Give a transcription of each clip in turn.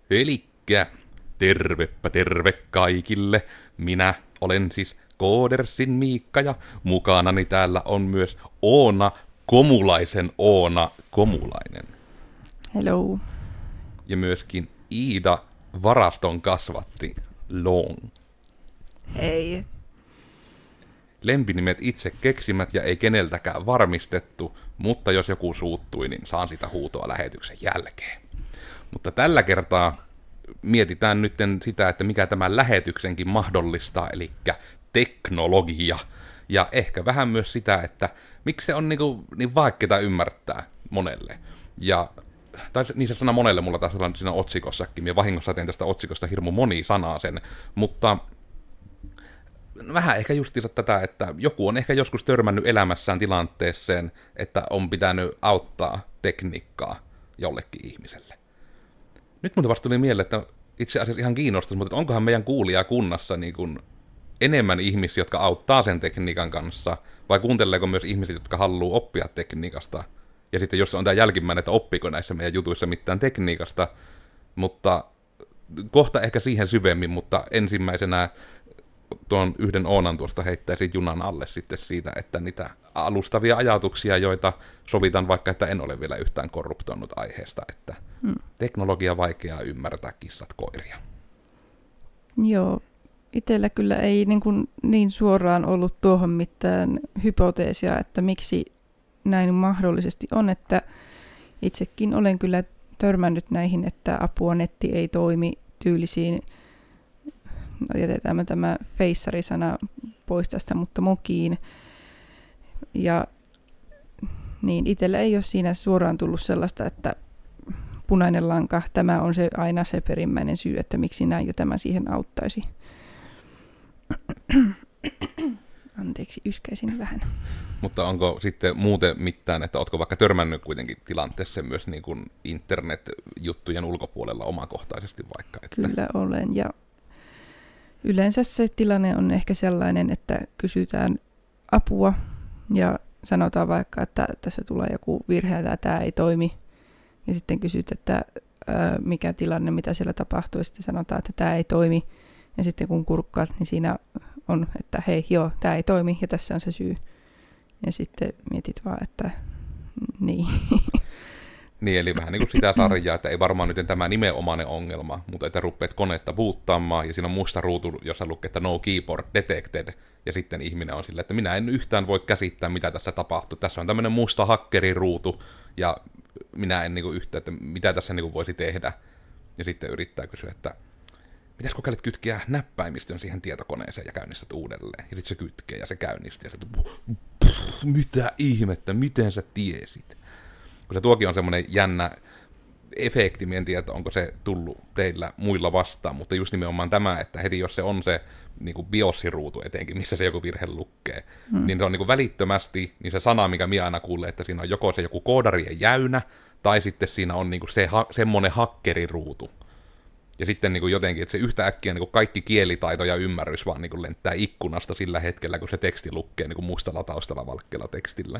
Elikkä, tervepä terve kaikille. Minä olen siis Koodersin Miikka ja mukanani täällä on myös Oona Komulaisen Oona Komulainen. Hello. Ja myöskin Iida Varaston kasvatti Long. Hei. Lempinimet itse keksimät ja ei keneltäkään varmistettu, mutta jos joku suuttui, niin saan sitä huutoa lähetyksen jälkeen. Mutta tällä kertaa mietitään nyt sitä, että mikä tämän lähetyksenkin mahdollistaa, eli teknologia. Ja ehkä vähän myös sitä, että miksi se on niin vaikeaa ymmärtää monelle. Ja tai niin se sana monelle mulla taas on siinä otsikossakin. Minä vahingossa tein tästä otsikosta hirmu moni sanaa sen, mutta vähän ehkä justiinsa tätä, että joku on ehkä joskus törmännyt elämässään tilanteeseen, että on pitänyt auttaa tekniikkaa jollekin ihmiselle. Nyt muuten vasta tuli mieleen, että itse asiassa ihan kiinnostus, mutta onkohan meidän kuulijakunnassa niin kuin enemmän ihmisiä, jotka auttaa sen tekniikan kanssa, vai kuunteleeko myös ihmisiä, jotka haluaa oppia tekniikasta? Ja sitten jos on tämä jälkimmäinen, että oppiko näissä meidän jutuissa mitään tekniikasta, mutta kohta ehkä siihen syvemmin, mutta ensimmäisenä tuon yhden Oonan tuosta heittäisin junan alle sitten siitä, että niitä alustavia ajatuksia, joita sovitan vaikka, että en ole vielä yhtään korruptoinut aiheesta, että teknologia vaikeaa ymmärtää kissat koiria. Joo, itsellä kyllä ei niin suoraan ollut tuohon mitään hypoteesia, että miksi näin mahdollisesti on, että itsekin olen kyllä törmännyt näihin, että apua netti ei toimi tyylisiin. No, jätetään tämä feissari-sana pois tästä, mutta mokiin. Ja niin itsellä ei ole siinä suoraan tullut sellaista, että punainen lanka, tämä on se aina se perimmäinen syy, että miksi näin ja tämä siihen auttaisi. Anteeksi, yskäisin vähän. Mutta onko sitten muuten mitään, että ootko vaikka törmännyt kuitenkin tilanteessa myös niin kuin internet-juttujen ulkopuolella omakohtaisesti vaikka? Että Kyllä olen, ja yleensä se tilanne on ehkä sellainen, että kysytään apua ja sanotaan vaikka, että tässä tulee joku virhe tai tämä ei toimi. Ja sitten kysyt, että mikä tilanne, mitä siellä tapahtuu, ja sitten sanotaan, että tämä ei toimi. Ja sitten kun kurkkaat, niin siinä on, että hei, joo, tämä ei toimi ja tässä on se syy. Ja sitten mietit vaan, että niin. Niin, eli vähän niin kuin sitä sarjaa, että ei varmaan nyt tämä nimenomainen ongelma, mutta että rupeat konetta boottaamaan, ja siinä on musta ruutu, jossa lukee, että no keyboard detected, ja sitten ihminen on sillä, että minä en yhtään voi käsittää, mitä tässä tapahtuu. Tässä on tämmöinen musta hakkeriruutu, ja minä en yhtään, että mitä tässä voisi tehdä. Ja sitten yrittää kysyä, että mitäs kokeilet kytkeä näppäimistön siihen tietokoneeseen ja käynnistät uudelleen. Ja sitten se kytkee ja se käynnistyy. Ja se, mitä ihmettä, miten sä tiesit? Kun se tuokin on semmoinen jännä efekti, en tiedä, onko se tullut teillä muilla vastaan, mutta just nimenomaan tämä, että heti jos se on se niin kuin BIOS-ruutu etenkin, missä se joku virhe lukee, niin se on niin kuin välittömästi niin se sana, mikä minä aina kuulen, että siinä on joko se joku koodarien jäynä, tai sitten siinä on niin kuin se semmoinen hakkeriruutu. Ja sitten niin kuin jotenkin, että se yhtäkkiä niin kuin kaikki kielitaito ja ymmärrys vaan niin kuin lenttää ikkunasta sillä hetkellä, kun se teksti lukee niin kuin mustalla taustalla valkkeella tekstillä.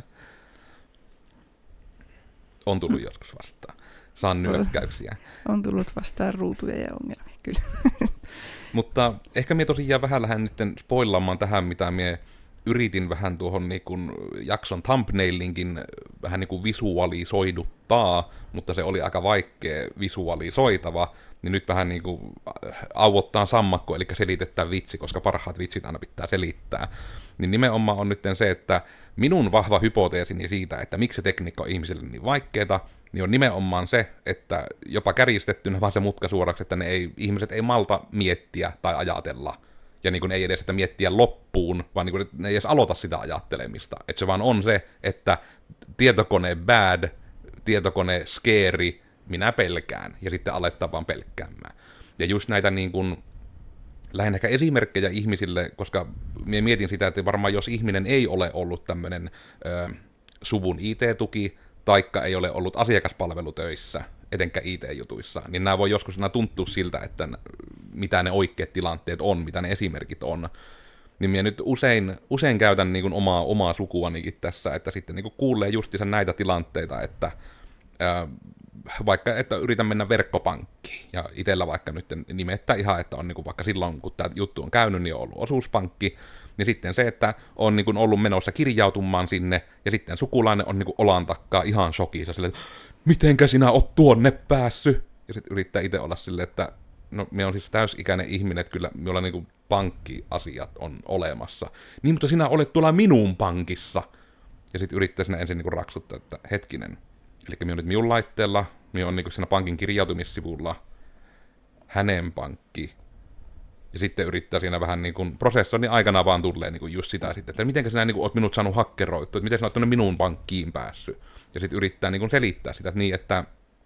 On tullut joskus vastaan. Saan nyökkäyksiä. On tullut vastaan ruutuja ja ongelmia, kyllä. Mutta ehkä minä tosiaan vähän lähden nyt spoilaamaan tähän, mitä minä yritin vähän tuohon niin kuin jakson thumbnailinkin vähän niin kuin visualisoiduttaa, mutta se oli aika vaikea visualisoitava, niin nyt vähän niin kuin auottaa sammakko, eli selitetään vitsi, koska parhaat vitsit aina pitää selittää. Niin nimenomaan on nyt se, että minun vahva hypoteesini siitä, että miksi se tekniikka on ihmisille niin vaikeeta, niin on nimenomaan se, että jopa kärjistettynä vaan se mutka suoraksi, että ihmiset ei malta miettiä tai ajatella. Ja niin kuin ei edes sitä miettiä loppuun, vaan niin kuin ne ei edes aloita sitä ajattelemista. Että se vaan on se, että tietokone bad, tietokone scary, minä pelkään. Ja sitten aletaan vaan pelkkäämään. Ja just näitä niin kuin lähinnä ehkä esimerkkejä ihmisille, koska minä mietin sitä, että varmaan jos ihminen ei ole ollut tämmöinen suvun IT-tuki, taikka ei ole ollut asiakaspalvelutöissä, etenkään IT-jutuissa, niin nämä voi joskus tuntua siltä, että mitä ne oikeat tilanteet on, mitä ne esimerkit on. Niin minä nyt usein käytän niin kuin omaa sukuanikin tässä, että sitten niin kuin kuulee justiinsa näitä tilanteita, että vaikka, että yritän mennä verkkopankkiin, ja itsellä vaikka nyt nimettää ihan, että on niin kuin vaikka silloin, kun tämä juttu on käynyt, niin on ollut osuuspankki, niin sitten se, että on niin kuin ollut menossa kirjautumaan sinne, ja sitten sukulainen on niin kuin olan takkaa ihan shokissa, silleen, että mitenkä sinä oot tuonne päässyt? Ja sitten yrittää itse olla silleen, että no, minä on siis täysikäinen ihminen, että kyllä minulla niin kuin pankkiasiat on olemassa. Niin, mutta sinä olet tuolla minun pankissa. Ja sitten yrittää sinä ensin niin kuin raksuttaa, että hetkinen. Eli minä on nyt minun laitteella, minä on niin kuin siinä pankin kirjautumissivulla hänen pankki. Ja sitten yrittää siinä vähän niin kuin prosessoinnin aikana vaan tulee niin kuin just sitä sitten, että miten sinä niin kuin olet minut saanut hakkeroitua, että miten sinä olet tuonne minun pankkiin päässyt. Ja sitten yrittää niin kuin selittää sitä niin, että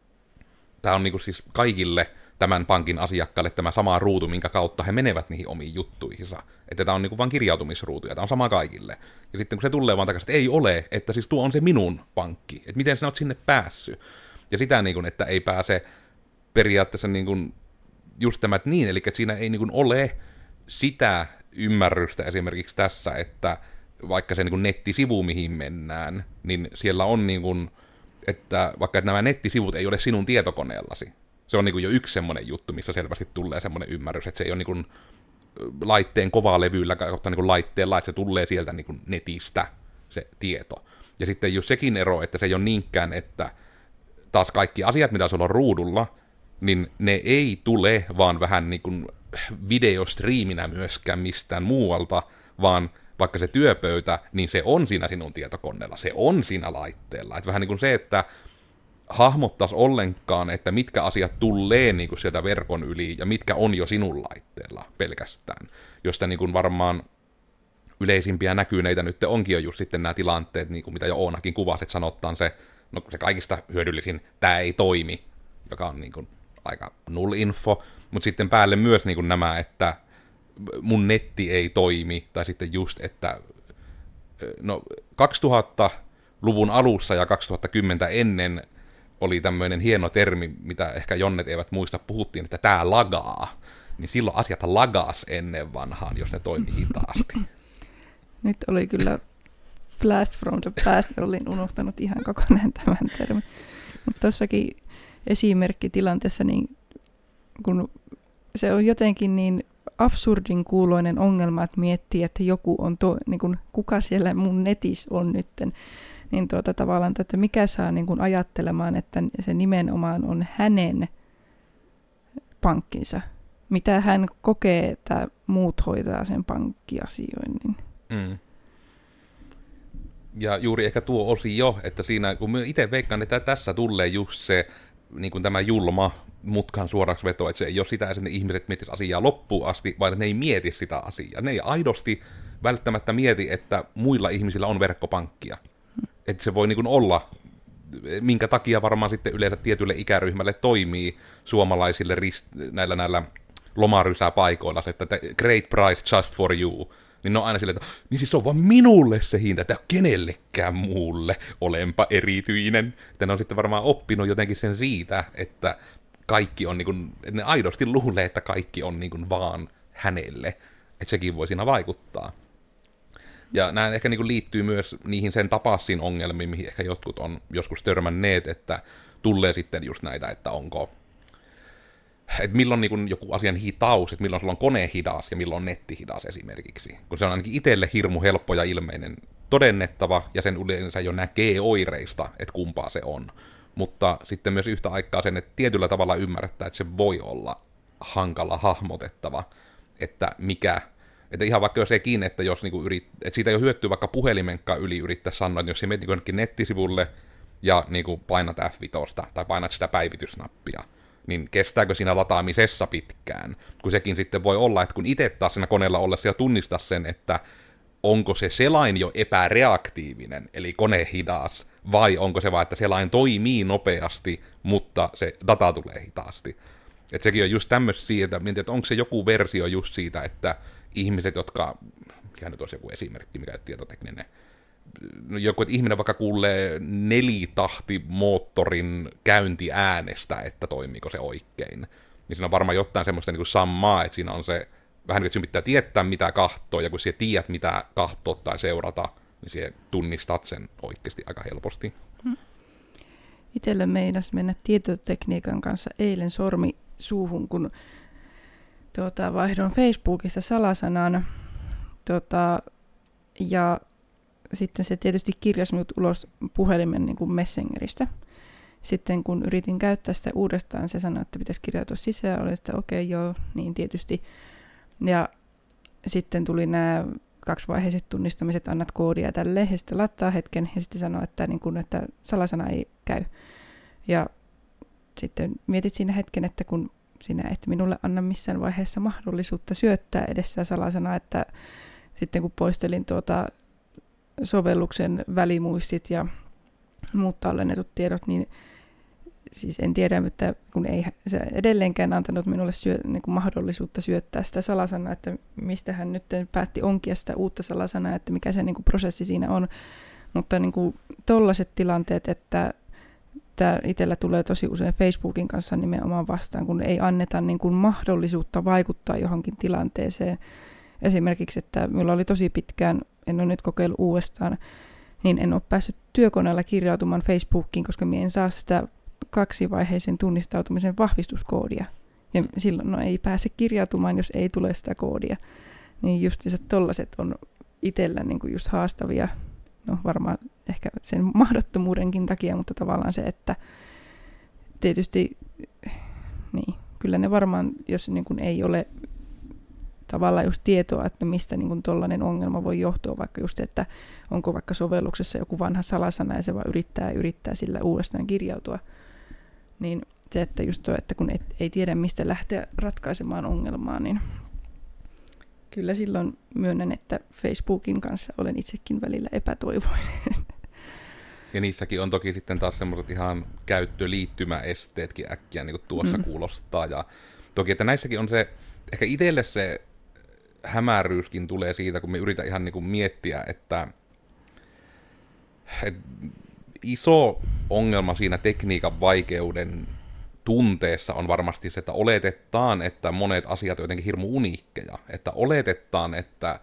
tämä on niin kuin siis kaikille tämän pankin asiakkaille tämä sama ruutu, minkä kautta he menevät niihin omiin juttuihinsa. Että tämä on niin kuin vain kirjautumisruutu, ja tämä on sama kaikille. Ja sitten kun se tulee vaan takaisin, että ei ole, että siis tuo on se minun pankki, että miten sinä olet sinne päässyt. Ja sitä niin kuin, että ei pääse periaatteessa niin kuin just tämä, että niin, eli että siinä ei niin kuin ole sitä ymmärrystä esimerkiksi tässä, että vaikka se niin kuin nettisivu, mihin mennään, niin siellä on niin kuin, että vaikka että nämä nettisivut ei ole sinun tietokoneellasi. Se on niin kuin jo yksi semmoinen juttu, missä selvästi tulee semmoinen ymmärrys, että se ei ole niin kuin laitteen kovaa levyllä kautta niin kuin laitteella, että se tulee sieltä niin kuin netistä se tieto. Ja sitten just sekin ero, että se ei ole niinkään, että taas kaikki asiat, mitä sulla on ruudulla, niin ne ei tule vaan vähän niin kuin videostriiminä myöskään mistään muualta, vaan vaikka se työpöytä, niin se on siinä sinun tietokoneella, se on siinä laitteella. Että vähän niin kuin se, että hahmottaisi ollenkaan, että mitkä asiat tulee niin kuin sieltä verkon yli ja mitkä on jo sinun laitteella pelkästään. Josta niin kuin varmaan yleisimpiä näkyneitä nyt onkin jo just sitten nämä tilanteet, niin kuin mitä jo Oonakin kuvasi, että sanottaan se, no se kaikista hyödyllisin, tämä ei toimi, joka on niin kuin aika null info, mutta sitten päälle myös niin kuin nämä, että mun netti ei toimi, tai sitten just, että no 2000-luvun alussa ja 2010 ennen oli tämmöinen hieno termi, mitä ehkä Jonnet eivät muista, puhuttiin, että tää lagaa, niin silloin asiat lagas ennen vanhaan, jos ne toimi hitaasti. Nyt oli kyllä blast from the past, olin unohtanut ihan kokonaan tämän termin. Mutta tuossakin esimerkkitilanteessa, niin kun se on jotenkin niin absurdin kuuloinen ongelma, että miettii, että joku on niin kun, kuka siellä mun netissä on nytten, niin tavallaan, että mikä saa niin kun ajattelemaan, että se nimenomaan on hänen pankkinsa. Mitä hän kokee, että muut hoitaa sen pankkiasioinnin. Mm. Ja juuri ehkä tuo osio, että siinä, kun itse veikkaan, että tässä tulee just se, niin kuin tämä julma mutkan suoraksi veto, että se ei ole sitä, että ne ihmiset miettisivät asiaa loppuun asti, vaan että ne ei mieti sitä asiaa. Ne ei aidosti välttämättä mieti, että muilla ihmisillä on verkkopankkia. Että se voi niin kuin olla, minkä takia varmaan sitten yleensä tietylle ikäryhmälle toimii suomalaisille näillä lomarysäpaikoilla, että great price just for you. Niin ne on aina silleen, että niin siis se on vaan minulle se hinta, että kenellekään muulle olenpa erityinen. Että ne on sitten varmaan oppinut jotenkin sen siitä, että kaikki on niin kuin, että ne aidosti luulee, että kaikki on niin kuin vaan hänelle. Että sekin voi siinä vaikuttaa. Ja nämä ehkä niin kuin liittyy myös niihin sen tapaisiin ongelmiin, mihin ehkä jotkut on joskus törmänneet, että tulee sitten just näitä, että onko, että milloin niin kuin joku asian hitaus, että milloin sulla on kone hidas ja milloin netti hidas esimerkiksi. Kun se on ainakin itselle hirmu helppo ja ilmeinen todennettava, ja sen yleensä jo näkee oireista, että kumpaa se on. Mutta sitten myös yhtä aikaa sen, että tietyllä tavalla ymmärtää, että se voi olla hankala hahmotettava, että mikä. Että ihan vaikka sekin, että jos niinku että siitä jo hyötyy vaikka puhelimenkaan yli yrittää sanoa, että jos sä menet jonnekin nettisivulle ja niinku painat F5 tai painat sitä päivitysnappia, niin kestääkö siinä lataamisessa pitkään? Kun sekin sitten voi olla, että kun itse taas siinä koneella ollessa jo tunnistaa sen, että onko se selain jo epäreaktiivinen, eli kone hidas, vai onko se vaan, että selain toimii nopeasti, mutta se data tulee hitaasti. Että sekin on just tämmöistä siitä, että onko se joku versio just siitä, että ihmiset, jotka, mikä nyt olisi joku esimerkki, mikä on tietotekninen, no joku, että ihminen vaikka kuulee nelitahtimoottorin käyntiäänestä, että toimiiko se oikein, niin siinä on varmaan jotain semmoista niin kuin samaa, että siinä on se, vähän niin kuin, että sinun pitää tietää, mitä kahtoo, ja kun sinä tiedät, mitä kahtoa tai seurata, niin sinä tunnistat sen oikeasti aika helposti. Itselle meinas mennä tietotekniikan kanssa eilen sormi suuhun, kun vaihdoin Facebookissa salasanan. Ja sitten se tietysti kirjasi minut ulos puhelimen niin kuin Messengeristä. Sitten kun yritin käyttää sitä uudestaan, se sanoi, että pitäisi kirjautua sisään. Olin sitten okei, joo, niin tietysti. Ja sitten tuli nämä kaksivaiheiset tunnistamiset, annat koodia tälle, ja sitten lattaa hetken, ja sitten sanoo, että salasana ei käy. Ja sitten mietit siinä hetken, että kun sinä et minulle anna missään vaiheessa mahdollisuutta syöttää edessä salasanaa, että sitten kun poistelin sovelluksen välimuistit ja muut tallennetut tiedot, niin siis en tiedä, että kun ei se edelleenkään antanut minulle niin kuin mahdollisuutta syöttää sitä salasanaa, että mistä hän nyt päätti onkia sitä uutta salasanaa, että mikä se niin kuin prosessi siinä on. Mutta niin kuin tollaiset tilanteet, että itsellä tulee tosi usein Facebookin kanssa nimenomaan vastaan, kun ei anneta niin kuin mahdollisuutta vaikuttaa johonkin tilanteeseen. Esimerkiksi, että minulla oli tosi pitkään, en ole nyt kokeillut uudestaan, niin en ole päässyt työkoneella kirjautumaan Facebookiin, koska minä en saa sitä kaksivaiheisen tunnistautumisen vahvistuskoodia. Ja silloin ei pääse kirjautumaan, jos ei tule sitä koodia. Niin just tollaiset on itsellä niin kuin just haastavia, no varmaan ehkä sen mahdottomuudenkin takia, mutta tavallaan se, että tietysti niin, kyllä ne varmaan, jos niin kuin ei ole tavallaan just tietoa, että mistä niin kuin tollainen ongelma voi johtua, vaikka just se, että onko vaikka sovelluksessa joku vanha salasana ja se vaan yrittää sillä uudestaan kirjautua, niin se, että just tuo, että kun ei tiedä mistä lähteä ratkaisemaan ongelmaa, niin kyllä silloin myönnän, että Facebookin kanssa olen itsekin välillä epätoivoinen. Ja niissäkin on toki sitten taas semmoiset ihan käyttöliittymäesteetkin äkkiä, niin kuin tuossa kuulostaa. Ja toki, että näissäkin on se, ehkä itselle se hämäryyskin tulee siitä, kun me yritän ihan niin kuin miettiä, että iso ongelma siinä tekniikan vaikeuden tunteessa on varmasti se, että oletetaan, että monet asiat on jotenkin hirmu uniikkeja. Että oletetaan, että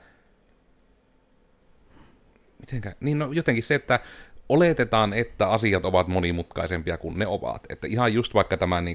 jotenkin se, että oletetaan, että asiat ovat monimutkaisempia kuin ne ovat. Että ihan just vaikka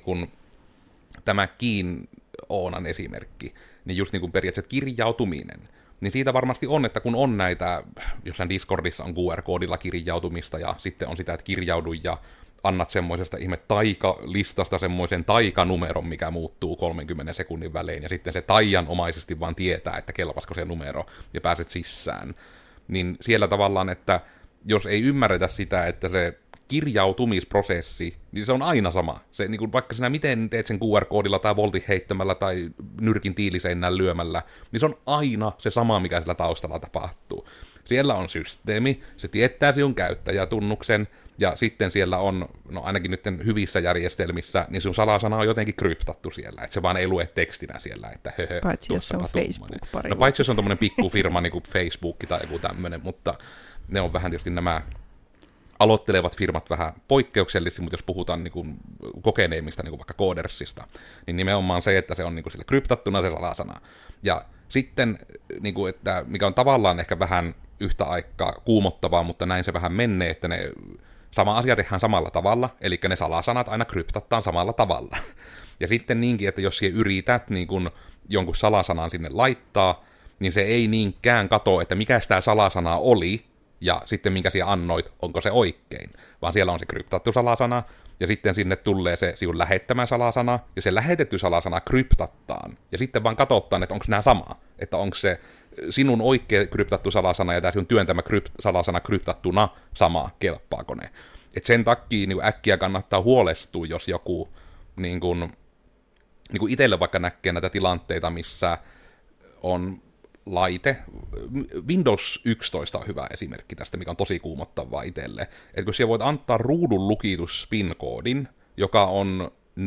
tämä Oonan esimerkki, niin just niin kuin periaatteessa kirjautuminen, niin siitä varmasti on, että kun on näitä, jossain Discordissa on QR-koodilla kirjautumista, ja sitten on sitä, että kirjaudu ja annat semmoisesta ihme taikalistasta semmoisen taikanumeron, mikä muuttuu 30 sekunnin välein, ja sitten se taianomaisesti vaan tietää, että kelpasko se numero, ja pääset sisään. Niin siellä tavallaan, että jos ei ymmärretä sitä, että se kirjautumisprosessi, niin se on aina sama. Se, niin kuin vaikka sinä miten teet sen QR-koodilla tai voltin heittämällä tai nyrkin tiiliseinään lyömällä, niin se on aina se sama, mikä sillä taustalla tapahtuu. Siellä on systeemi, se tietää sinun käyttäjätunnuksen, ja sitten siellä on, no ainakin nyt hyvissä järjestelmissä, niin sun salasana on jotenkin kryptattu siellä, että se vaan ei lue tekstinä siellä, että höhö. Paitsi jos on Facebook-pari. No paitsi jos on tommonen pikkufirma niin kuin Facebook tai joku tämmönen, mutta ne on vähän tietysti nämä aloittelevat firmat vähän poikkeuksellisesti, mutta jos puhutaan niin kuin kokeneimmista, niin kuin vaikka Codersista, niin nimenomaan se, että se on niin kuin sille kryptattuna se salasana. Ja sitten, niin kuin, että mikä on tavallaan ehkä vähän yhtä aikaa kuumottavaa, mutta näin se vähän menee, että ne sama asia tehdään samalla tavalla, eli ne salasanat aina kryptataan samalla tavalla. Ja sitten niinkin, että jos siihen yrität niin kuin jonkun salasanan sinne laittaa, niin se ei niinkään katso, että mikä sitä salasanaa oli, ja sitten minkä siellä annoit, onko se oikein, vaan siellä on se kryptattu salasana, ja sitten sinne tulee se sinun lähettämä salasana, ja se lähetetty salasana kryptattaan, ja sitten vaan katsotaan, että onko nämä sama, että onko se sinun oikea kryptattu salasana ja tämä sinun työntämä salasana kryptattuna sama, kelpaako ne. Et sen takia niin äkkiä kannattaa huolestua, jos joku niin kuin itselle vaikka näkee näitä tilanteita, missä on laite. Windows 11 on hyvä esimerkki tästä, mikä on tosi kuumottavaa itselle. Että kun siellä voit antaa ruudun lukitus PIN-koodin, joka on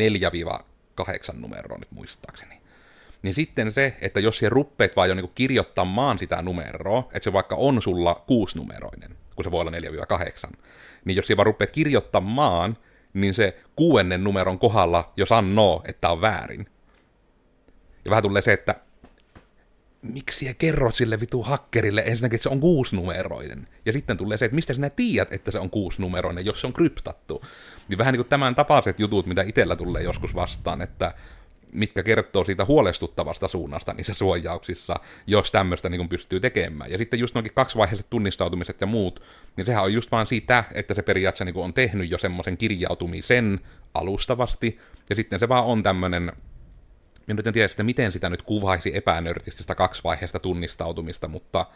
4-8 numeroa nyt muistaakseni, niin sitten se, että jos siellä ruppeet vaan jo niin kirjoittamaan sitä numeroa, että se vaikka on sulla 6-numeroinen, kun se voi olla 4-8, niin jos siellä vaan ruppeet kirjoittamaan, niin se 6. numeron kohdalla jo sanoo, että on väärin. Ja vähän tulee se, että miksi sä kerrot sille vitu hakkerille ensinnäkin, että se on 6-numeroinen. Ja sitten tulee se, että mistä sinä tiedät, että se on 6-numeroinen, jos se on kryptattu. Niin vähän niin kuin tämän tapaiset jutut, mitä itsellä tulee joskus vastaan, että mitkä kertoo siitä huolestuttavasta suunnasta niissä suojauksissa, jos tämmöistä niin kuin pystyy tekemään. Ja sitten just noinkin kaksivaiheiset tunnistautumiset ja muut, niin sehän on just vaan siitä, että se periaatteessa niin kuin on tehnyt jo semmoisen kirjautumisen alustavasti, ja sitten se vaan on tämmöinen. Ja nyt en tiedä sitten, miten sitä nyt kuvaisi epänörtisti sitä kaksivaiheista tunnistautumista, mutta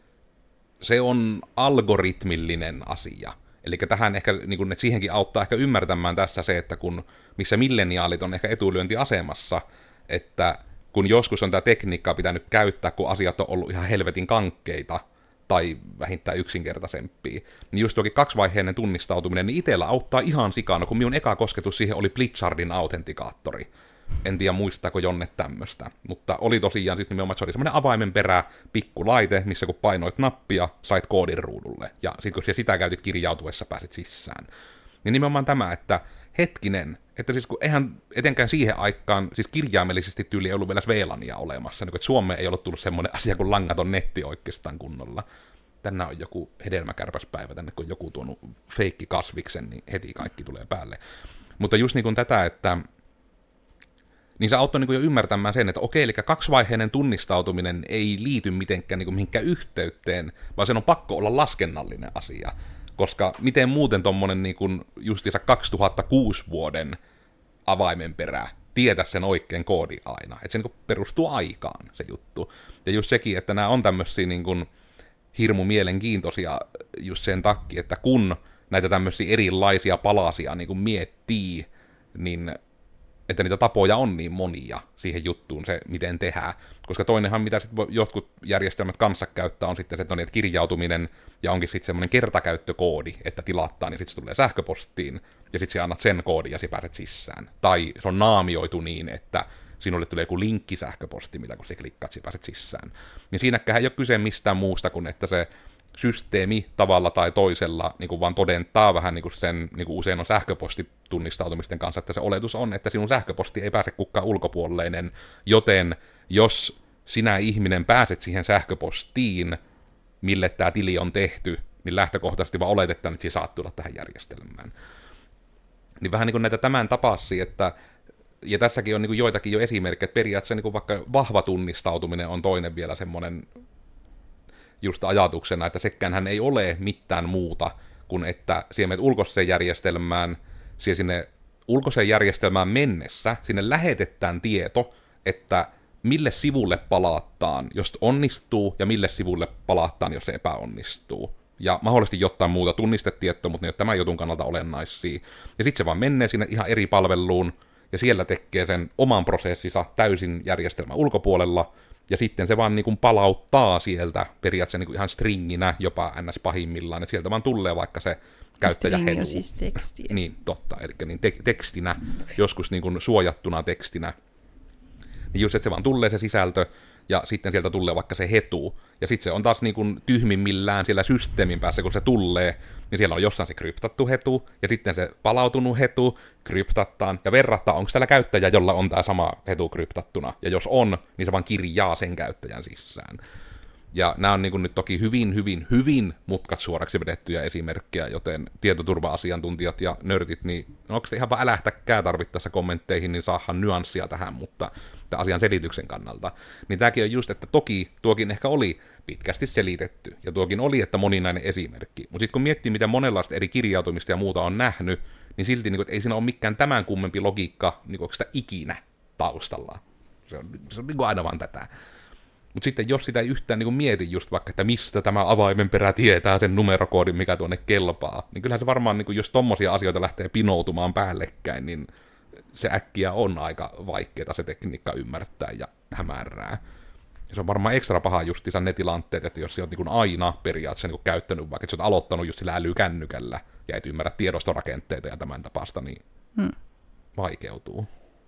se on algoritmillinen asia. Eli tähän ehkä, niin kun, että siihenkin auttaa ehkä ymmärtämään tässä se, että missä milleniaalit on ehkä etulyöntiasemassa, että kun joskus on tämä tekniikkaa pitänyt käyttää, kun asiat on ollut ihan helvetin kankkeita, tai vähintään yksinkertaisempia, niin just tuokin kaksivaiheinen tunnistautuminen, niin itsellä auttaa ihan sikana, kun minun eka kosketus siihen oli Blitzardin autentikaattori. En tiedä muistaako Jonne tämmöstä, mutta oli tosiaan siis nimenomaan, että se oli semmoinen avaimenperä, pikkulaite, missä kun painoit nappia, sait koodin ruudulle, ja sitten kun sitä käytit kirjautuessa, pääsit sisään. Niin nimenomaan tämä, että hetkinen, että siis kun eihän etenkään siihen aikaan, siis kirjaimellisesti tyyli ei ollut vielä VLANia olemassa, niin kun, että Suomeen ei ollut tullut semmoinen asia kuin langaton netti oikeastaan kunnolla. Tänään on joku hedelmäkärpäspäivä, tänne kun joku tuonut feikkikasviksen, niin heti kaikki tulee päälle. Mutta just niin kuin tätä, että niin se auttoi niin jo ymmärtämään sen, että okei, eli kaksivaiheinen tunnistautuminen ei liity mitenkään niin mihinkään yhteyteen, vaan sen on pakko olla laskennallinen asia. Koska miten muuten tommonen niin justiinsa 2006 vuoden avaimenperä tietää sen oikein koodin aina. Että se niin perustuu aikaan, se juttu. Ja just sekin, että nämä on tämmöisiä niin hirmu mielenkiintoisia just sen takia, että kun näitä tämmöisiä erilaisia palasia niin miettii, niin että niitä tapoja on niin monia siihen juttuun, se miten tehdään. Koska toinenhan, mitä sit jotkut järjestelmät kanssa käyttää, on sitten se, että on kirjautuminen, ja onkin sitten semmoinen kertakäyttökoodi, että tilattaan, ja sitten se tulee sähköpostiin, ja sitten sä annat sen koodin, ja sä pääset sisään. Tai se on naamioitu niin, että sinulle tulee joku linkki sähköposti, mitä kun sä klikkaat, sä pääset sisään. Niin siinäkään ei ole kyse mistään muusta kuin, että se systeemi tavalla tai toisella niin kuin vaan todentaa vähän niin kuin sen, niin kuin usein on sähköpostitunnistautumisten kanssa, että se oletus on, että sinun sähköposti ei pääse kukaan ulkopuolinen, joten jos sinä ihminen pääset siihen sähköpostiin, mille tämä tili on tehty, niin lähtökohtaisesti vaan oletetaan, että sinä saat tulla tähän järjestelmään. Niin vähän niin kuin näitä tämän tapaisia, että ja tässäkin on niin kuin joitakin jo esimerkkejä, että periaatteessa niin kuin vaikka vahva tunnistautuminen on toinen vielä semmoinen just ajatuksena, että sekään ei ole mitään muuta kuin, että siihen menet ulkoiseen järjestelmään, sinne ulkoiseen järjestelmään mennessä, sinne lähetetään tieto, että mille sivulle palataan, jos onnistuu, ja mille sivulle palataan, jos se epäonnistuu. Ja mahdollisesti jotain muuta tunnistetietoa, mutta ne ei ole tämän jutun kannalta olennaisia. Ja sitten se vaan menee sinne ihan eri palveluun, ja siellä tekee sen oman prosessinsa täysin järjestelmän ulkopuolella, ja sitten se vaan niin kuin palauttaa sieltä periaatteessa niin kuin ihan stringinä, jopa ns. Pahimmillaan, että sieltä vaan tulee vaikka se käyttäjähedu. Stringi on siis tekstiä. Niin, totta, eli niin tekstinä, joskus niin kuin suojattuna tekstinä. Niin just, että se vaan tulee se sisältö, ja sitten sieltä tulee vaikka se hetu, ja sitten se on taas niin kuin tyhmimmillään siellä systeemin päässä, kun se tulee, niin siellä on jossain se kryptattu hetu, ja sitten se palautunut hetu kryptattaan, ja verrataan, onko täällä käyttäjä, jolla on tämä sama hetu kryptattuna, ja jos on, niin se vaan kirjaa sen käyttäjän sisään. Ja nämä on niin kuin nyt toki hyvin mutkat suoraksi vedettyjä esimerkkejä, joten tietoturva-asiantuntijat ja nörtit, niin onko se ihan vaan älähtäkää tarvittaessa kommentteihin, niin saadaan nyanssia tähän, mutta tämän asian selityksen kannalta. Niin tämäkin on just, että toki tuokin ehkä oli pitkästi selitetty, ja tuokin oli, että moninainen esimerkki. Mutta sitten kun miettii, mitä monenlaista eri kirjautumista ja muuta on nähnyt, niin silti niin, että ei siinä ole mikään tämän kummempi logiikka niin sitä ikinä taustalla. Se on niin kuin aina vaan tätä. Mutta sitten jos sitä ei yhtään niin mieti just vaikka, että mistä tämä avaimenperä tietää sen numerokoodin, mikä tuonne kelpaa, niin kyllähän se varmaan, niin jos tommosia asioita lähtee pinoutumaan päällekkäin, niin se äkkiä on aika vaikeaa se tekniikka ymmärtää ja hämärää. Ja se on varmaan ekstra paha justiinsa ne tilanteet, että jos sä oot niin aina periaatteessa niin käyttänyt, vaikka että sä oot aloittanut just sillä älykännykällä ja et ymmärrä tiedostorakenteita ja tämän tapasta, niin vaikeutuu.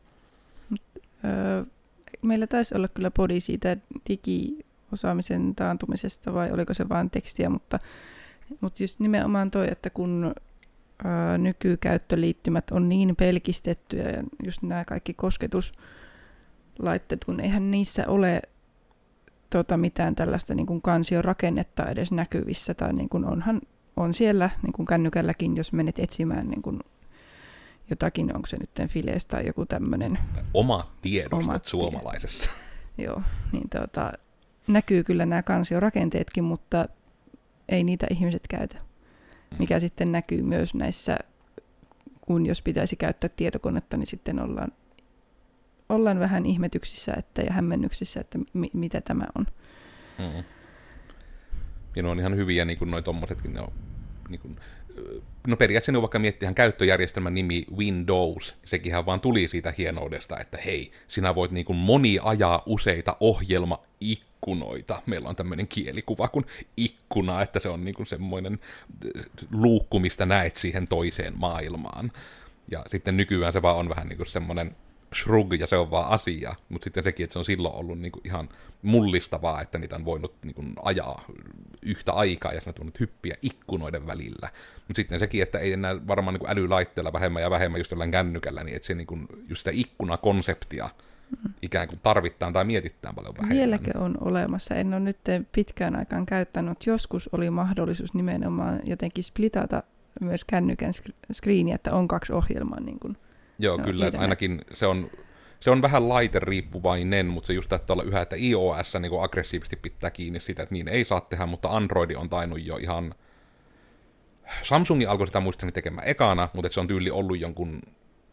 Meillä taisi olla kyllä podi siitä digiosaamisen taantumisesta, vai oliko se vain tekstiä, mutta just nimenomaan toi, että kun nykykäyttöliittymät on niin pelkistettyjä, ja just nämä kaikki kosketuslaitteet, kun eihän niissä ole mitään tällaista niin kuin kansiorakennetta edes näkyvissä, tai niin kuin on siellä niin kuin kännykälläkin, jos menet etsimään niin kuin jotakin, onko se nyt Files tai joku tämmöinen. Omat tiedostot suomalaisessa. Joo, niin näkyy kyllä nämä kansiorakenteetkin, mutta ei niitä ihmiset käytä. Mikä sitten näkyy myös näissä, kun jos pitäisi käyttää tietokonetta, niin sitten ollaan vähän ihmetyksissä ja hämmennyksissä, että mitä tämä on. Mm. Ja ne on ihan hyviä, niin kuin noi tommosetkin, ne on, niin kuin, no periaatteessa vaikka miettii ihan käyttöjärjestelmän nimi Windows, sekinhän vaan tuli siitä hienoudesta, että hei, sinä voit niin kuin ajaa useita ohjelmaikkunoita. Meillä on tämmöinen kielikuva kuin ikkuna, että se on niin kuin semmoinen luukku, mistä näet siihen toiseen maailmaan. Ja sitten nykyään se vaan on vähän niin kuin semmoinen shrug, ja se on vaan asia, mutta sitten sekin, että se on silloin ollut niinku ihan mullistavaa, että niitä on voinut niinku ajaa yhtä aikaa, ja se on voinut hyppiä ikkunoiden välillä. Mutta sitten sekin, että ei enää varmaan niinku älylaitteella vähemmän ja vähemmän just jollain kännykällä, niin että se niinku, just sitä ikkunakonseptia ikään kuin tarvittaan tai mietitään paljon vähemmän. Vieläkö on olemassa? En ole nyt pitkään aikaan käyttänyt. Joskus oli mahdollisuus nimenomaan jotenkin splitata myös kännykän screeniä, että on 2 ohjelmaa niin kuin. Joo, no, kyllä, että ainakin se on vähän laite-riippuvainen, mutta se just täytyy olla yhä, että iOS niin aggressiivisesti pitää kiinni siitä, että niin ei saa tehdä, mutta Android on tainnut jo ihan. Samsungin alkoi sitä muistaakseni tekemään ekana, mutta se on tyyli ollut jonkun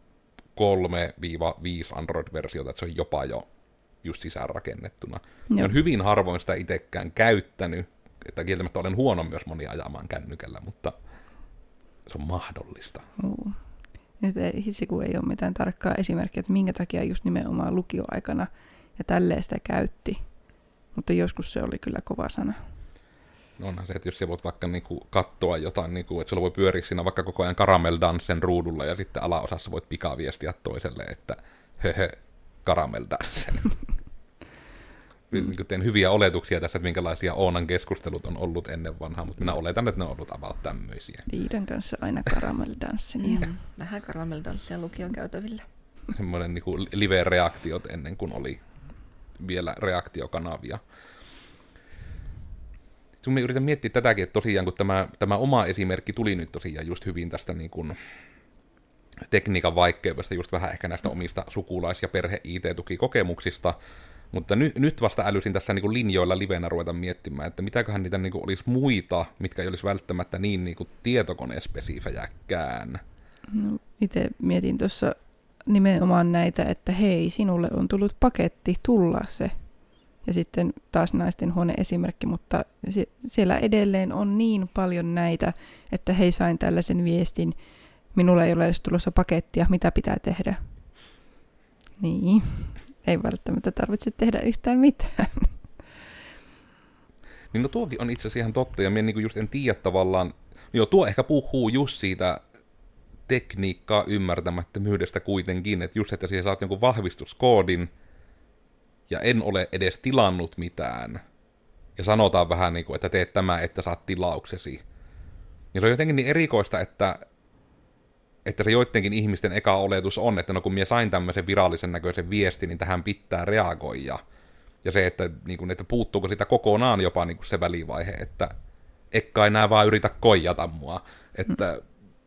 3-5 Android-versiota, että se on jopa jo just sisäänrakennettuna. On hyvin harvoin sitä itsekään käyttänyt, että kieltämättä olen huono myös moni ajamaan kännykällä, mutta se on mahdollista. Nyt hitsi, kun ei ole mitään tarkkaa esimerkkiä, että minkä takia just nimenomaan lukioaikana ja tälleen sitä käytti. Mutta joskus se oli kyllä kova sana. No onhan se, että jos sä voit vaikka niinku katsoa jotain, niinku, että sulla voi pyöriä siinä vaikka koko ajan Caramel Dancen ruudulla ja sitten alaosassa voit pikaviestiä toiselle, että höhö, Caramel Dancen. Teen hyviä oletuksia tässä, että minkälaisia Oonan keskustelut on ollut ennen vanhaa, mutta minä oletan, että ne on ollut about tämmöisiä. Liidan kanssa aina Caramel Dancen. Vähän Caramel Dancea lukion käytävillä. Semmoinen niin kuin live-reaktiot ennen kuin oli vielä reaktiokanavia. Sitten me yritän miettiä tätäkin, että tosiaan kun tämä oma esimerkki tuli nyt tosiaan just hyvin tästä niin kuin tekniikan vaikeudesta, just vähän ehkä näistä omista sukulais- ja perhe-IT-tukikokemuksista, mutta nyt vasta älysin tässä niin kuin linjoilla livenä ruveta miettimään, että mitäköhän niitä niin kuin olisi muita, mitkä ei olisi välttämättä niin kuin tietokonespesifejäkään. No, itse mietin tuossa nimenomaan näitä, että hei, sinulle on tullut paketti, tulla se. Ja sitten taas naisten huone esimerkki, mutta siellä edelleen on niin paljon näitä, että hei, sain tällaisen viestin, minulla ei ole edes tulossa pakettia, mitä pitää tehdä? Niin, ei välttämättä tarvitse tehdä yhtään mitään. Niin no tuokin on itse asiassa ihan totta, ja minä niin just en tiedä tavallaan, joo tuo ehkä puhuu just siitä tekniikkaa ymmärtämättömyydestä kuitenkin, että just, että siihen saat jonkun vahvistuskoodin, ja en ole edes tilannut mitään, ja sanotaan vähän niin kuin, että teet tämä, että saat tilauksesi. Ja se on jotenkin niin erikoista, että se joidenkin ihmisten eka oletus on, että no kun minä sain tämmöisen virallisen näköisen viestin, niin tähän pitää reagoida. Ja se, että, niin kuin, että puuttuuko sitä kokonaan jopa niin kuin se välivaihe, että ekka enää vaan yritä koijata mua. Että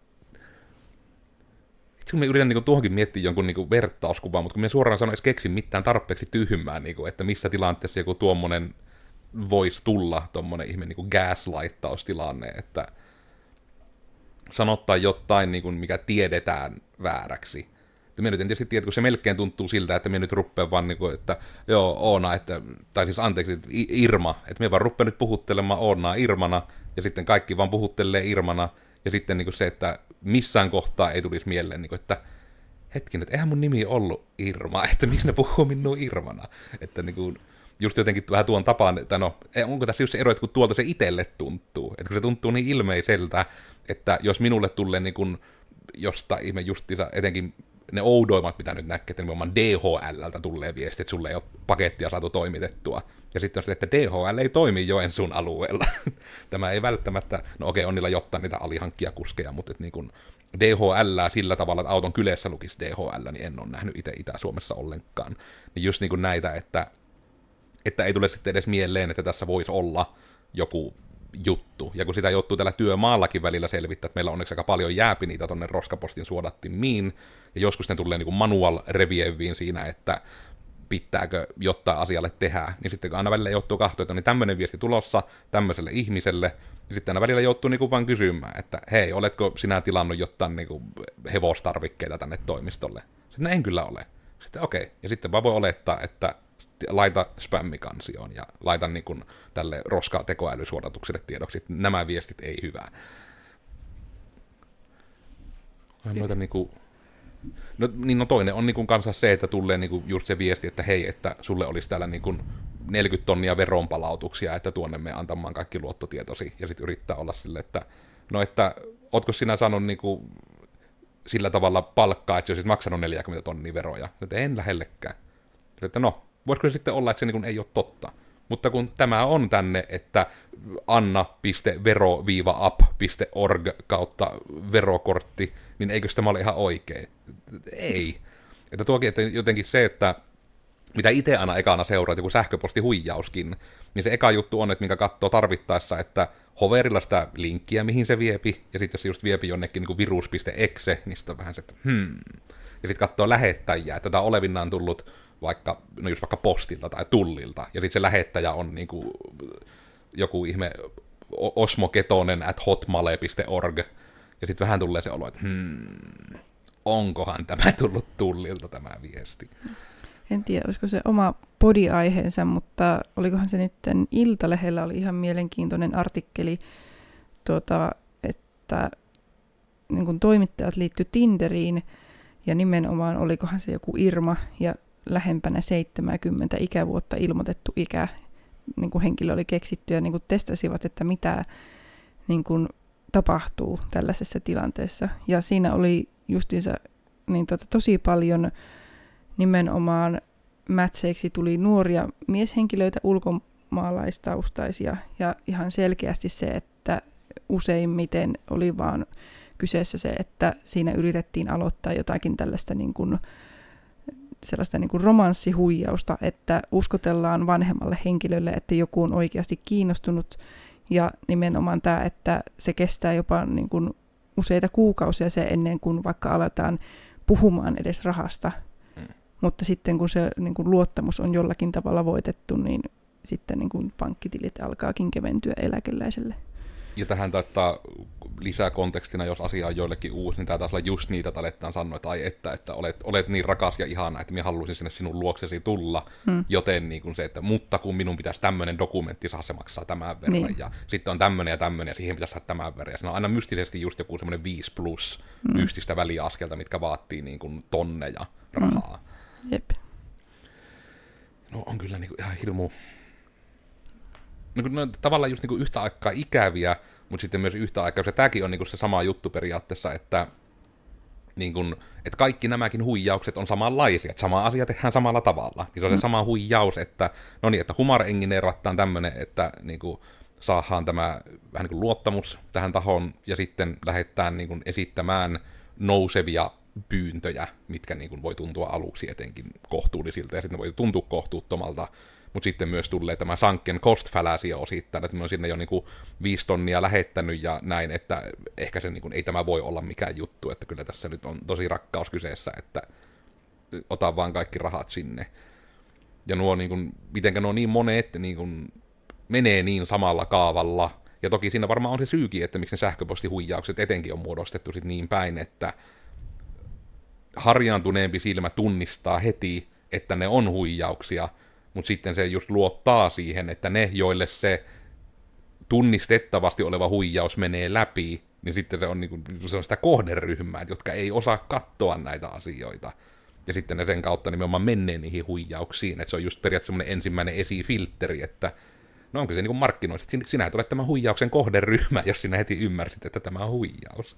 kun mä yritän niin tuohonkin miettiä jonkun niin vertauskuvaa, mutta kun mä suoraan sanoin edes keksin mitään tarpeeksi tyhmää, niin kuin, että missä tilanteessa joku tuommoinen voisi tulla, tuommoinen ihme niin gaslighttaustilanne, että sanottaa jotain, niin kuin, mikä tiedetään vääräksi. Minä nyt en tietysti tiedä, kun se melkein tuntuu siltä, että minä nyt rupean vaan, niin kuin, että joo, Oona, että, tai siis anteeksi, Irma, että minä vaan rupean nyt puhuttelemaan Oonaa Irmana, ja sitten kaikki vaan puhuttelee Irmana, ja sitten niin kuin se, että missään kohtaa ei tulisi mieleen, niin kuin, että hetkinen, että eihän mun nimi ollut Irma, että miksi ne puhuu minua Irmana, että niin kuin, just jotenkin vähän tuon tapaan, että no, onko tässä just se ero, että kun tuolta se itselle tuntuu, että kun se tuntuu niin ilmeiseltä, että jos minulle tulee niin kuin jostain ihme justiinsa, etenkin ne oudoimmat, mitä nyt näkee, että nimenomaan DHLltä tulee viesti, että sulle ei ole pakettia saatu toimitettua. Ja sitten on se, että DHL ei toimi Joensuun alueella. Tämä ei välttämättä, no okei, on niillä jotain niitä alihankkijakuskeja, mutta niin kuin DHL sillä tavalla, että auton kyleessä lukisi DHL, niin en ole nähnyt itse Itä-Suomessa ollenkaan. Niin just niin kuin näitä, että että ei tule sitten edes mieleen, että tässä voisi olla joku juttu. Ja kun sitä joutuu tällä työmaallakin välillä selvittää, että meillä on onneksi aika paljon jääpi niitä tonne roskapostin suodattimiin, ja joskus ne tulee niin kuin manual revieviin siinä, että pitääkö jotain asialle tehdä, niin sitten kun aina välillä joutuu katsoa, että on niin tämmöinen viesti tulossa tämmöiselle ihmiselle, niin sitten aina välillä joutuu niin kuin vaan kysymään, että hei, oletko sinä tilannut jotain niin kuin hevostarvikkeita tänne toimistolle? Sitten en kyllä ole. Sitten okei. Ja sitten vaan voi olettaa, että laita spämmikansioon ja laita niin kuin tälle roska-tekoälysuodatukselle tiedoksi, että nämä viestit ei hyvää. Noita niinku... No toinen on niinku kanssa se, että tulee niinku just se viesti, että hei, että sulle olisi täällä niinku 40 tonnia veronpalautuksia, että tuonne me antamaan kaikki luottotietosi, ja sitten yrittää olla sille, että no että ootko sinä saanut niinku sillä tavalla palkkaa, että se olisit maksanut 40 tonnia veroja, että en lähellekään. Että no, voisiko se sitten olla, että se niinku ei ole totta. Mutta kun tämä on tänne, että anna.vero-up.org kautta verokortti, niin eikö tämä ole ihan oikein? Ei. Että tuokin, että jotenkin se, että mitä itse aina ekana seuraa, joku sähköpostihuijauskin, niin se eka juttu on, että minkä katsoo tarvittaessa, että hoverilla sitä linkkiä, mihin se viepi, ja sitten jos se just viepi jonnekin niin virus.exe, niin sitten on vähän se, että Ja sitten katsoo lähettäjiä, että tämä on olevinnaan tullut vaikka, no just vaikka postilta tai tullilta, ja sitten se lähettäjä on niinku joku ihme osmoketonen@hotmail.org, ja sitten vähän tulee se olo, että onkohan tämä tullut tullilta tämä viesti. En tiedä, olisiko se oma podi-aiheensa, mutta olikohan se nyt Iltalehdellä oli ihan mielenkiintoinen artikkeli, että niin kun toimittajat liittyi Tinderiin, ja nimenomaan olikohan se joku Irma, ja lähempänä 70 ikävuotta ilmoitettu ikä niin kuin henkilö oli keksitty, ja niin kuin testasivat, että mitä niin kuin tapahtuu tällaisessa tilanteessa. Ja siinä oli justiinsa niin tosi paljon nimenomaan matcheiksi tuli nuoria mieshenkilöitä, ulkomaalaistaustaisia, ja ihan selkeästi se, että useimmiten oli vaan kyseessä se, että siinä yritettiin aloittaa jotakin tällaista niin kuin sellaista niin kuin romanssihuijausta, että uskotellaan vanhemmalle henkilölle, että joku on oikeasti kiinnostunut, ja nimenomaan tämä, että se kestää jopa niin kuin useita kuukausia se ennen kuin vaikka aletaan puhumaan edes rahasta, mutta sitten kun se niin kuin luottamus on jollakin tavalla voitettu, niin sitten niin kuin pankkitilit alkaakin keventyä eläkeläiselle. Ja tähän taittaa lisää kontekstina, jos asia on joillekin uusi, niin tämä taas olla just niitä, että aletaan sanoa, että ai että olet niin rakas ja ihana, että minä haluaisin sinne sinun luoksesi tulla, joten niin kuin se, että mutta kun minun pitäisi tämmöinen dokumentti saada, se maksaa tämän verran, niin. Ja sitten on tämmöinen ja siihen pitäisi saada tämän verran, ja se on aina mystisesti just joku semmoinen 5+ mystistä väliaskelta, mitkä vaatii niin kuin tonneja rahaa. Jep. No on kyllä niin kuin ihan hirmu... No, tavallaan just niin yhtä aikaa ikäviä, mutta sitten myös yhtä aikaa, ja tämäkin on niin se sama juttu periaatteessa, että, niin kuin, että kaikki nämäkin huijaukset on samanlaisia, että sama asia tehdään samalla tavalla. Niin se on se sama huijaus, että no niin, että humarengineerataan tämmöinen, että niin kuin, saadaan tämä vähän niin kuin luottamus tähän tahoon, ja sitten lähdetään niin kuin esittämään nousevia pyyntöjä, mitkä niin kuin voi tuntua aluksi etenkin kohtuullisilta, ja sitten voi tuntua kohtuuttomalta, mutta sitten myös tulee tämä sunken cost fallacy osittain, että me on sinne jo niinku 5 tonnia lähettänyt ja näin, että ehkä se niinku, ei tämä voi olla mikään juttu, että kyllä tässä nyt on tosi rakkaus kyseessä, että ota vaan kaikki rahat sinne. Ja nuo niinku, mitenkä nuo niin monet niinku, menee niin samalla kaavalla, ja toki siinä varmaan on se syykin, että miksi ne sähköpostihuijaukset etenkin on muodostettu sit niin päin, että harjaantuneempi silmä tunnistaa heti, että ne on huijauksia, mutta sitten se just luottaa siihen, että ne, joille se tunnistettavasti oleva huijaus menee läpi, niin sitten se on, niinku, se on sitä kohderyhmää, jotka ei osaa katsoa näitä asioita. Ja sitten ne sen kautta nimenomaan menee niihin huijauksiin. Että se on just periaatteessa semmoinen ensimmäinen esifiltteri, että no onko se niin markkinoissa, että sinä olet tämän huijauksen kohderyhmä, jos sinä heti ymmärsit, että tämä on huijaus.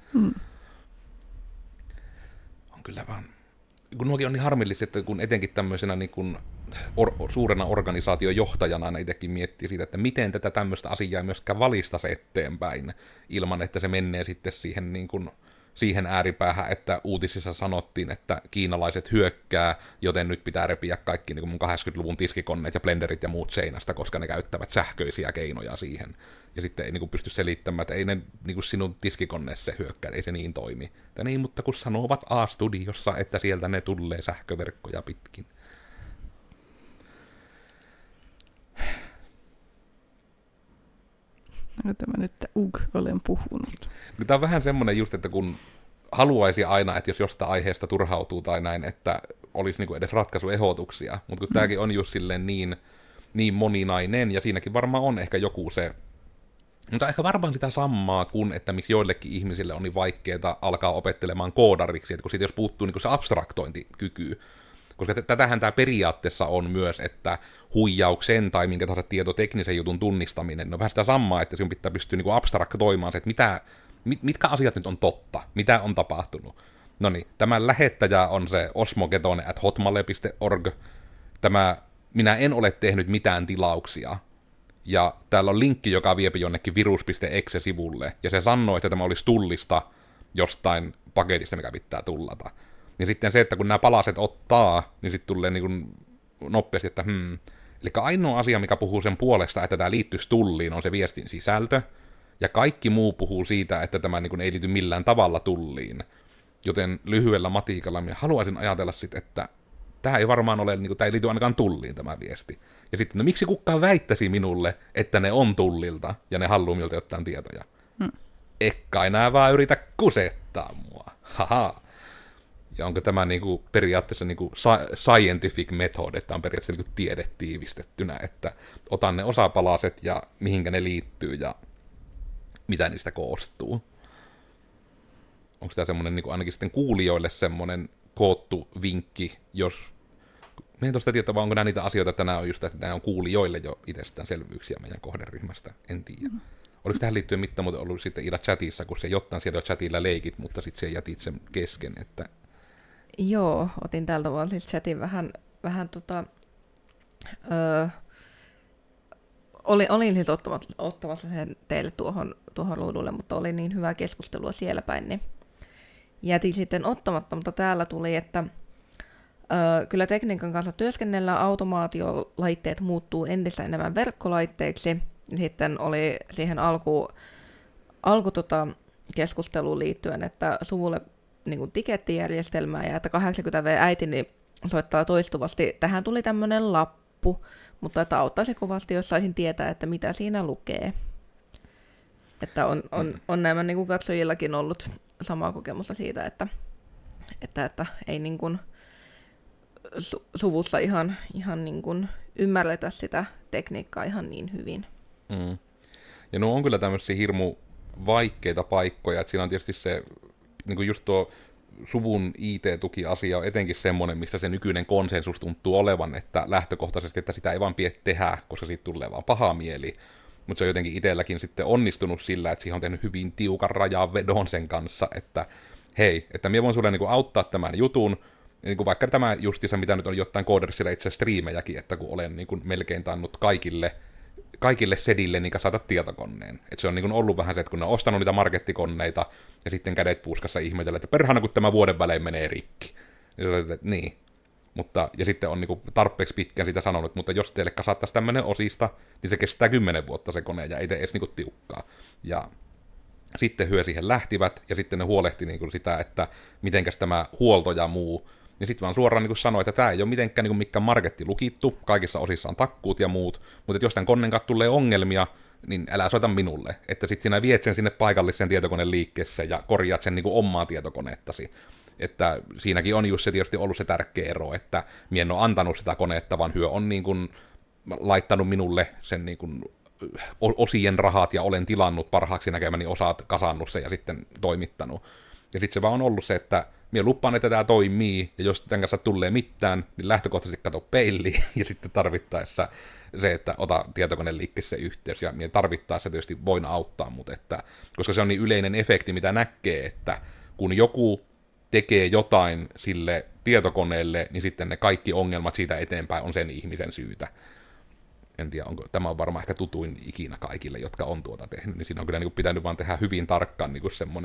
On kyllä vaan... Kun nuokin on niin harmillisia, että kun etenkin tämmöisenä niin kun suurena organisaatiojohtajana aina itsekin miettii siitä, että miten tätä tämmöistä asiaa myöskään valistaisi eteenpäin, ilman että se menee sitten siihen niin kun siihen ääripäähän, että uutisissa sanottiin, että kiinalaiset hyökkää, joten nyt pitää repiä kaikki niin kuin mun 80-luvun tiskikoneet ja blenderit ja muut seinästä, koska ne käyttävät sähköisiä keinoja siihen. Ja sitten ei niin kuin pysty selittämään, että ei ne niin kuin sinun tiskikoneessa hyökkää, ei se niin toimi. Ja niin, mutta kun sanovat A-studiossa, että sieltä ne tulee sähköverkkoja pitkin. No tämä nyt olen puhunut. Tämä on vähän semmoinen just, että kun haluaisi aina, että jos jostain aiheesta turhautuu tai näin, että olisi niinku edes ratkaisuehdotuksia, mutta kun tämäkin on just silleen niin moninainen, ja siinäkin varmaan on ehkä joku se, mutta ehkä varmaan sitä samaa kuin, että miksi joillekin ihmisille on niin vaikeaa alkaa opettelemaan koodariksi, että kun siitä jos puuttuu niin se abstraktointikyky, koska tätähän tämä periaatteessa on myös, että huijauksen tai minkä tahansa tietoteknisen jutun tunnistaminen on vähän sitä samaa, että sinun pitää pystyä niin abstraktoimaan se, että mitkä asiat nyt on totta, mitä on tapahtunut. No niin, tämä lähettäjä on se osmoketone@hotmail.org. Minä en ole tehnyt mitään tilauksia. Ja täällä on linkki, joka viepi jonnekin virus.exe-sivulle, ja se sanoo, että tämä olisi tullista jostain paketista, mikä pitää tullata. Ja sitten se, että kun nämä palaset ottaa, niin sitten tulee niin kuin nopeasti, että Eli ainoa asia, mikä puhuu sen puolesta, että tämä liittyisi tulliin, on se viestin sisältö, ja kaikki muu puhuu siitä, että tämä niin kuin ei liity millään tavalla tulliin. Joten lyhyellä matiikalla minä haluaisin ajatella sitten, että tämä ei varmaan ole, niin kuin, tämä ei liity ainakaan tulliin tämä viesti. Ja sitten, no miksi kukaan väittäisi minulle, että ne on tullilta, ja ne haluaa minulta jotain tietoja? Ekka enää vaan yritä kusettaa mua. Haha. Ja onko tämä niinku periaatteessa niinku scientific method, että on periaatteessa niinku tiede tiivistettynä, että otan ne osapalaset ja mihinkä ne liittyy ja mitä niistä koostuu. Onko tämä semmoinen niinku ainakin sitten kuulijoille semmoinen koottu vinkki, jos... Mä en tuosta tiedä, vaan onko nämä niitä asioita, että nämä on just, että nämä on kuulijoille jo itsestäänselvyyksiä meidän kohderyhmästä, en tiedä. Oliko tähän liittyen mitään muuten ollut sitten Ida chatissa, kun se jotain siellä chatilla leikit, mutta sitten se jätit sen kesken, että... Joo, otin täältä vaan siis chatin vähän olin siis ottamassa sen teille tuohon ruudulle, mutta oli niin hyvää keskustelua siellä päin, niin jätin sitten ottamatta, mutta täällä tuli, että kyllä tekniikan kanssa työskennellään, automaatiolaitteet muuttuu entistä enemmän verkkolaitteiksi. Sitten oli siihen alku keskusteluun liittyen, että suvulle niin tikettijärjestelmää ja että 80V-äitini soittaa toistuvasti. Tähän tuli tämmöinen lappu, mutta että auttaisi kovasti, jos saisin tietää, että mitä siinä lukee. Että on nämä niin kuin katsojillakin ollut samaa kokemusta siitä, että ei niin kuin suvussa ihan niin kuin ymmärretä sitä tekniikkaa ihan niin hyvin. Ja no on kyllä tämmöisiä hirmu vaikeita paikkoja, että siinä on tietysti se, niin kuin just tuo suvun IT-tuki-asia on etenkin semmoinen, missä se nykyinen konsensus tuntuu olevan, että lähtökohtaisesti, että sitä ei vaan pidä tehdä, koska siitä tulee vaan paha mieli. Mutta se on jotenkin itselläkin sitten onnistunut sillä, että siihen on tehnyt hyvin tiukan rajanvedon sen kanssa, että hei, että minä voin sulle niin kuin auttaa tämän jutun, niin kuin vaikka tämä justissa, mitä nyt on jotain Codersilla itse striimejäkin, että kun olen niin kuin melkein tannut kaikille sedille niin saatat tietokoneen. Et se on niin kuin ollut vähän se, että kun ne on ostanut niitä markettikoneita, ja sitten kädet puuskassa ihmetellä, että perhana kun tämä vuoden välein menee rikki. Niin. Mutta, ja sitten on niin kuin tarpeeksi pitkään sitä sanonut, mutta jos teille kasattaisiin tämmöinen osista, niin se kestää 10 vuotta se kone, ja ei tee edes niin kuin tiukkaa. Ja sitten hyö siihen lähtivät, ja sitten ne huolehti niin kuin sitä, että mitenkäs tämä huolto ja muu. Ja sitten vaan suoraan niin sanoi, että tämä ei ole mitenkään niin mikään marketti lukittu, kaikissa osissa on takkuut ja muut, mutta jos tämän koneen kanssa tulee ongelmia, niin älä soita minulle. Että sitten sinä viet sen sinne paikalliseen tietokoneen liikkeessä ja korjaat sen niin kuin omaa tietokonettasi. Että siinäkin on just se tietysti ollut se tärkeä ero, että minä en ole antanut sitä konetta, vaan hyö on niin kuin laittanut minulle sen niin kuin osien rahat ja olen tilannut parhaaksi näkemäni osat, kasannut sen ja sitten toimittanut. Ja sitten se vaan on ollut se, että minä lupaan, että tämä toimii, ja jos tämän kanssa tulee mitään, niin lähtökohtaisesti kato peiliin, ja sitten tarvittaessa se, että ota tietokoneen liikkeessä yhteys, ja minä tarvittaessa tietysti voin auttaa, mutta että, koska se on niin yleinen efekti, mitä näkee, että kun joku tekee jotain sille tietokoneelle, niin sitten ne kaikki ongelmat siitä eteenpäin on sen ihmisen syytä. En tiedä, onko tämä on varmaan ehkä tutuin ikinä kaikille, jotka on tuota tehnyt, niin siinä on kyllä niin kuin pitänyt vaan tehdä hyvin tarkkaan niin kuin semmoinen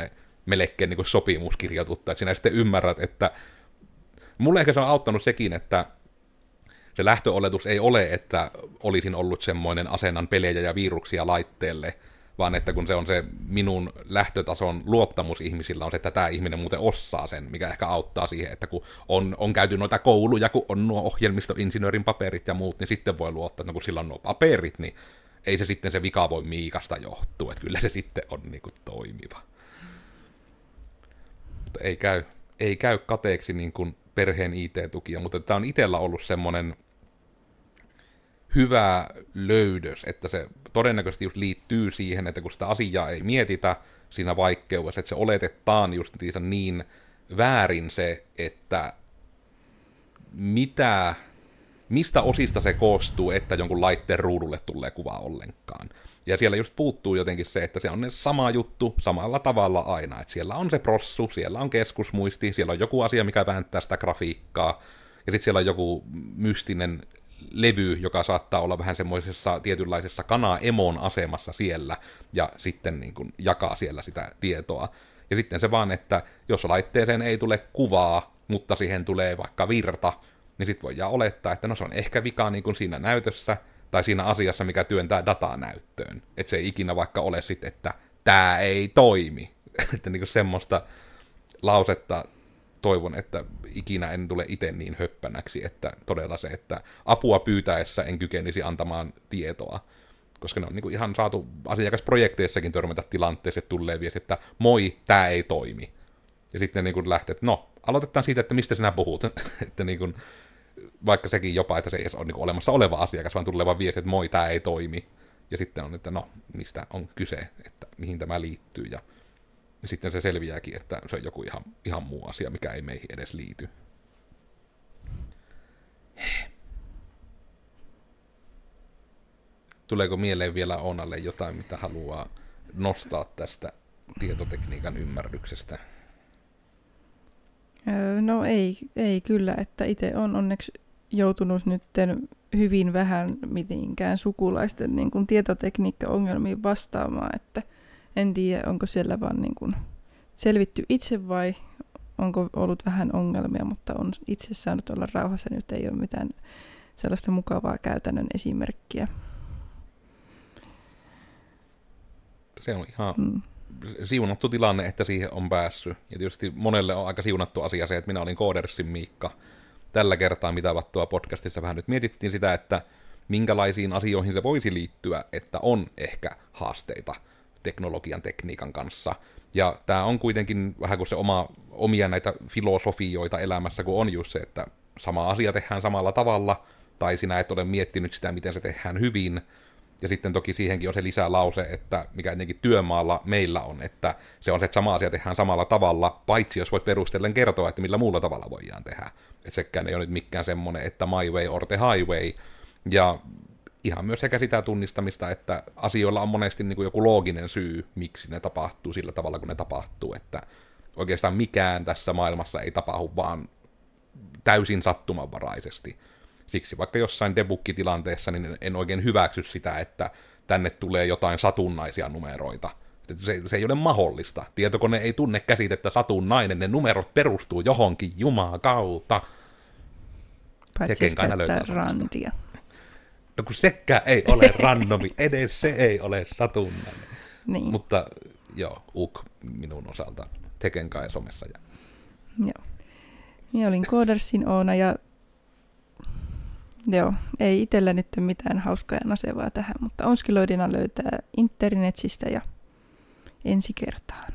melkein niin kuin sopimuskirjoitutta, että sinä sitten ymmärrät, että mulle ehkä se on auttanut sekin, että se lähtöoletus ei ole, että olisin ollut semmoinen asennan pelejä ja viruksia laitteelle, vaan että kun se on se minun lähtötason luottamus ihmisillä on se, että tämä ihminen muuten osaa sen, mikä ehkä auttaa siihen, että kun on käyty noita kouluja, kun on nuo ohjelmistoinsinöörin paperit ja muut, niin sitten voi luottaa, että kun sillä on nuo paperit, niin ei se sitten se vika voi Miikasta johtua, että kyllä se sitten on niin kuin toimiva. Mutta ei käy kateeksi niin kuin perheen IT-tukia, mutta tämä on itsellä ollut semmoinen hyvä löydös, että se todennäköisesti just liittyy siihen, että kun sitä asiaa ei mietitä siinä vaikeudessa, että se oletetaan just niin väärin se, että mistä osista se koostuu, että jonkun laitteen ruudulle tulee kuva ollenkaan. Ja siellä just puuttuu jotenkin se, että se on sama juttu samalla tavalla aina. Että siellä on se prossu, siellä on keskusmuisti, siellä on joku asia, mikä vääntää sitä grafiikkaa, ja sitten siellä on joku mystinen levy, joka saattaa olla vähän semmoisessa tietynlaisessa kana-emon asemassa siellä, ja sitten niin kuin jakaa siellä sitä tietoa. Ja sitten se vaan, että jos laitteeseen ei tule kuvaa, mutta siihen tulee vaikka virta, niin sitten voidaan olettaa, että no se on ehkä vika niin kuin siinä näytössä, tai siinä asiassa, mikä työntää dataa näyttöön. Että se ei ikinä vaikka ole sitten, että tämä ei toimi. Että niin kuin semmoista lausetta toivon, että ikinä en tule itse niin höppänäksi, että todella se, että apua pyytäessä en kykenisi antamaan tietoa. Koska ne on niin kuin ihan saatu asiakasprojekteissakin törmätä tilanteeseen, että tulee viesti, että moi, tämä ei toimi. Ja sitten niin kuin lähtee, että no, aloitetaan siitä, että mistä sinä puhut. Että niin kuin, vaikka sekin jopa, että se ei edes ole niin kuin olemassa oleva asiakas, vaan tulee vaan viesti, että moi, tämä ei toimi. Ja sitten on, että no, mistä on kyse, että mihin tämä liittyy. Ja sitten se selviääkin, että se on joku ihan muu asia, mikä ei meihin edes liity. Tuleeko mieleen vielä Oonalle jotain, mitä haluaa nostaa tästä tietotekniikan ymmärryksestä? No ei kyllä, että itse on onneksi joutunut nyt hyvin vähän mitenkään sukulaisten niin kuin tietotekniikka-ongelmiin vastaamaan, että en tiedä, onko siellä vaan niin kuin selvitty itse vai onko ollut vähän ongelmia, mutta on itse saanut olla rauhassa, nyt ei ole mitään sellaista mukavaa käytännön esimerkkiä. Se on ihan siunattu tilanne, että siihen on päässyt. Ja tietysti monelle on aika siunattu asia se, että minä olin Codersin Miikka. Tällä kertaa mitä vattua podcastissa vähän nyt mietittiin sitä, että minkälaisiin asioihin se voisi liittyä, että on ehkä haasteita teknologian tekniikan kanssa. Ja tämä on kuitenkin vähän kuin se omia näitä filosofioita elämässä, kun on just se, että sama asia tehdään samalla tavalla, tai sinä et ole miettinyt sitä, miten se tehdään hyvin. Ja sitten toki siihenkin on se lisälause, että mikä etenkin työmaalla meillä on, että se on se, että sama asia tehdään samalla tavalla, paitsi jos voit perustellen kertoa, että millä muulla tavalla voidaan tehdä. Että sekään ei ole nyt mikään semmoinen, että my way or the highway. Ja ihan myös sekä sitä tunnistamista, että asioilla on monesti niin kuin joku looginen syy, miksi ne tapahtuu sillä tavalla, kun ne tapahtuu. Että oikeastaan mikään tässä maailmassa ei tapahdu vaan täysin sattumanvaraisesti. Siksi vaikka jossain debug-tilanteessa niin en oikein hyväksy sitä, että tänne tulee jotain satunnaisia numeroita. Se ei ole mahdollista. Tietokone ei tunne käsitettä satunnainen, ne numerot perustuu johonkin jumakauta. Paitsi jos käyttää randia. No kun sekään ei ole randomi, edes se ei ole satunnainen. Niin. Mutta joo, minun osalta Teken kai somessa. Joo. Minä olin Codersin Oona ja joo, ei itsellä nyt mitään hauskaa ja nasevaa tähän, mutta Onskiloidina löytää internetsistä ja ensi kertaan.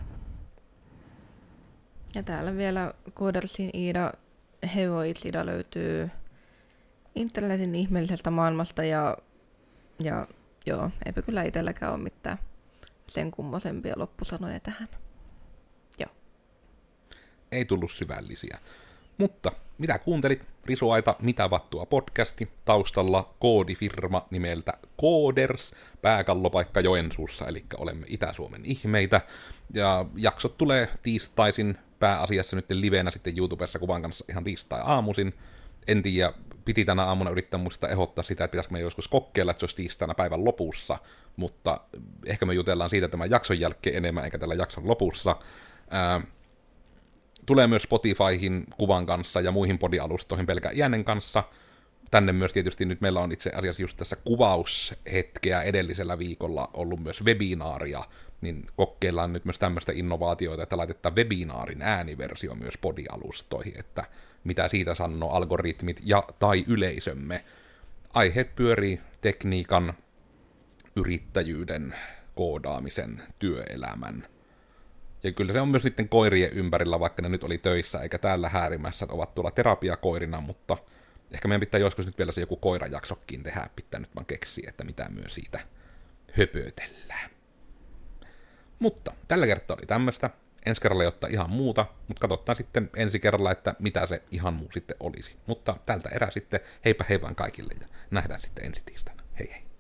Ja täällä vielä Codersin Iida Hevoitsida löytyy internetin ihmeellisestä maailmasta ja joo, eipä kyllä itselläkään ole mitään sen kummosempia loppusanoja tähän. Joo. Ei tullut syvällisiä. Mutta mitä kuuntelit? Risuaita Mitä vattua podcasti, taustalla koodifirma nimeltä Coders, pääkallopaikka Joensuussa, eli olemme Itä-Suomen ihmeitä. Ja jaksot tulee tiistaisin pääasiassa nyt livenä sitten YouTubessa kuvan kanssa ihan tiistai-aamuisin. En tiedä, piti tänä aamuna yrittää muistaa ehdottaa sitä, että pitäisikö me joskus kokeilla, että se olisi tiistaina päivän lopussa, mutta ehkä me jutellaan siitä tämän jakson jälkeen enemmän, eikä tällä jakson lopussa. Tulee myös Spotifyhin kuvan kanssa ja muihin podialustoihin pelkän äänen kanssa. Tänne myös tietysti nyt meillä on itse asiassa just tässä kuvaushetkeä edellisellä viikolla ollut myös webinaaria, niin kokeillaan nyt myös tämmöistä innovaatioita, että laitetaan webinaarin ääniversio myös podialustoihin, että mitä siitä sanoo algoritmit ja tai yleisömme. Aiheet pyörii tekniikan, yrittäjyyden, koodaamisen, työelämän. Ja kyllä se on myös sitten koirien ympärillä, vaikka ne nyt oli töissä, eikä täällä häärimässä, ovat tuolla terapiakoirina, mutta ehkä meidän pitää joskus nyt vielä se joku koirajaksokin tehdä, pitää nyt vaan keksiä, että mitä myös siitä höpötellään. Mutta tällä kertaa oli tämmöistä. Ensi kerralla ei ottaa ihan muuta, mutta katsotaan sitten ensi kerralla, että mitä se ihan muu sitten olisi. Mutta tältä erää sitten heipä heipään kaikille ja nähdään sitten ensi tiistaina. Hei hei!